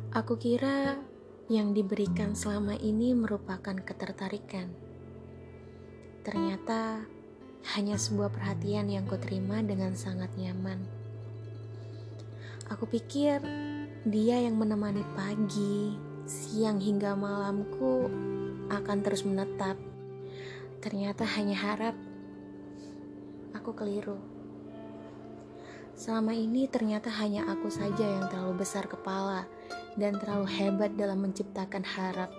Aku kira yang diberikan selama ini merupakan ketertarikan. Ternyata hanya sebuah perhatian yang kuterima dengan sangat nyaman. Aku pikir dia yang menemani pagi, siang hingga malamku akan terus menetap. Ternyata hanya harap. Aku keliru. Selama ini ternyata hanya aku saja yang terlalu besar kepala dan terlalu hebat dalam menciptakan harap.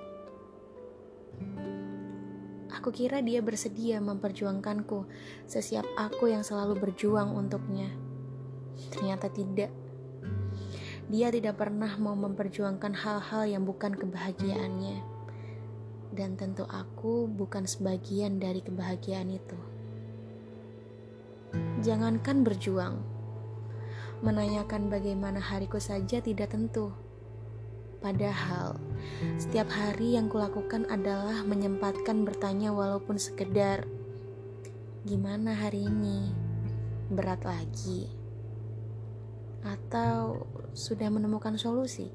Aku kira dia bersedia memperjuangkanku sesiap aku yang selalu berjuang untuknya. Ternyata tidak. Dia tidak pernah mau memperjuangkan hal-hal yang bukan kebahagiaannya. Dan tentu aku bukan sebagian dari kebahagiaan itu. Jangankan berjuang, menanyakan bagaimana hariku saja tidak tentu. Padahal, setiap hari yang kulakukan adalah menyempatkan bertanya walaupun sekedar, gimana hari ini? Berat lagi? Atau sudah menemukan solusi?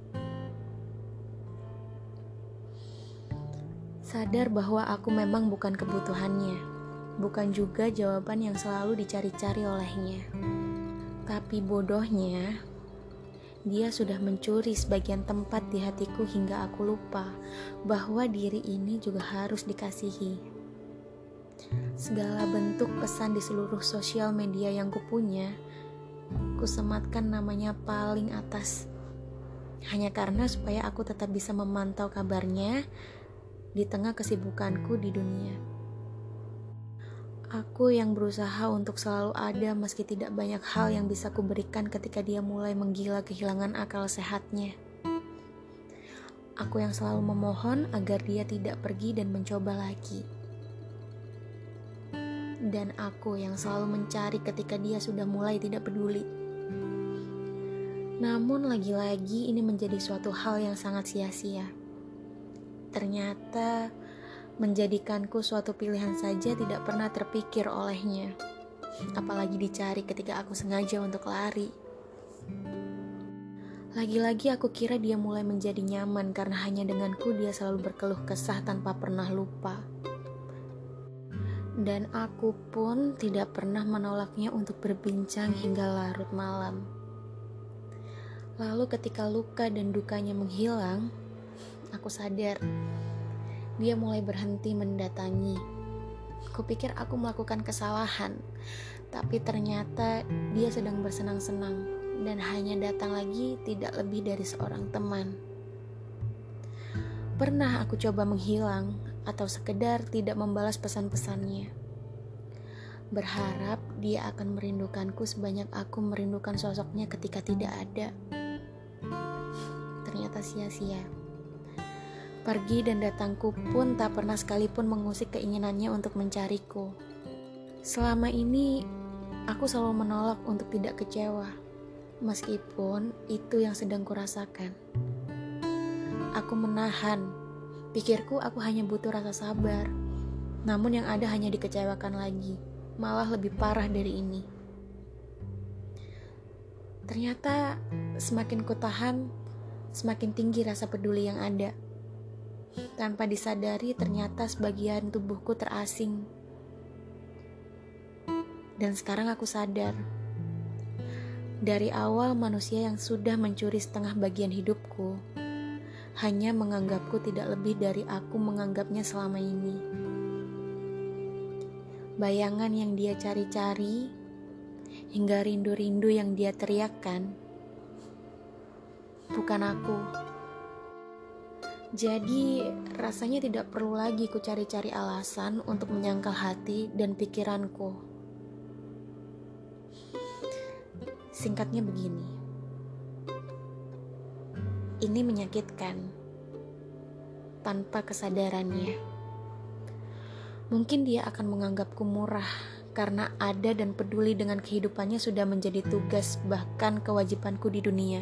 Sadar bahwa aku memang bukan kebutuhannya, bukan juga jawaban yang selalu dicari-cari olehnya. Tapi bodohnya, dia sudah mencuri sebagian tempat di hatiku hingga aku lupa bahwa diri ini juga harus dikasihi. Segala bentuk pesan di seluruh sosial media yang kupunya, kusematkan namanya paling atas. Hanya karena supaya aku tetap bisa memantau kabarnya di tengah kesibukanku di dunia. Aku yang berusaha untuk selalu ada meski tidak banyak hal yang bisa kuberikan ketika dia mulai menggila kehilangan akal sehatnya. Aku yang selalu memohon agar dia tidak pergi dan mencoba lagi. Dan aku yang selalu mencari ketika dia sudah mulai tidak peduli. Namun lagi-lagi ini menjadi suatu hal yang sangat sia-sia. Ternyata menjadikanku suatu pilihan saja tidak pernah terpikir olehnya, apalagi dicari ketika aku sengaja untuk lari. Lagi-lagi aku kira dia mulai menjadi nyaman karena hanya denganku dia selalu berkeluh kesah tanpa pernah lupa. Dan aku pun tidak pernah menolaknya untuk berbincang hingga larut malam. Lalu ketika luka dan dukanya menghilang, aku sadar dia mulai berhenti mendatangi. Kupikir aku melakukan kesalahan, tapi ternyata dia sedang bersenang-senang dan hanya datang lagi tidak lebih dari seorang teman. Pernah aku coba menghilang atau sekedar tidak membalas pesan-pesannya, berharap dia akan merindukanku sebanyak aku merindukan sosoknya ketika tidak ada. Ternyata sia-sia. Pergi dan datangku pun tak pernah sekalipun mengusik keinginannya untuk mencariku. Selama ini, aku selalu menolak untuk tidak kecewa, meskipun itu yang sedang kurasakan. Aku menahan, pikirku aku hanya butuh rasa sabar, namun yang ada hanya dikecewakan lagi, malah lebih parah dari ini. Ternyata semakin kutahan, semakin tinggi rasa peduli yang ada. Tanpa disadari ternyata sebagian tubuhku terasing. Dan sekarang aku sadar, dari awal manusia yang sudah mencuri setengah bagian hidupku hanya menganggapku tidak lebih dari aku menganggapnya selama ini. Bayangan yang dia cari-cari hingga rindu-rindu yang dia teriakkan bukan aku. Jadi rasanya tidak perlu lagi ku cari-cari alasan untuk menyangkal hati dan pikiranku. Singkatnya begini. Ini menyakitkan tanpa kesadarannya. Mungkin dia akan menganggapku murah karena ada dan peduli dengan kehidupannya sudah menjadi tugas bahkan kewajibanku di dunia.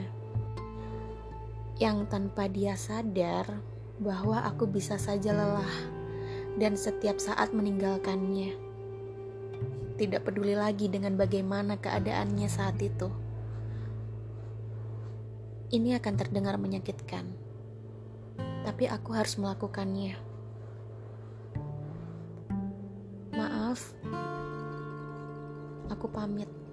Yang tanpa dia sadar bahwa aku bisa saja lelah dan setiap saat meninggalkannya. Tidak peduli lagi dengan bagaimana keadaannya saat itu. Ini akan terdengar menyakitkan, tapi aku harus melakukannya. Maaf, aku pamit.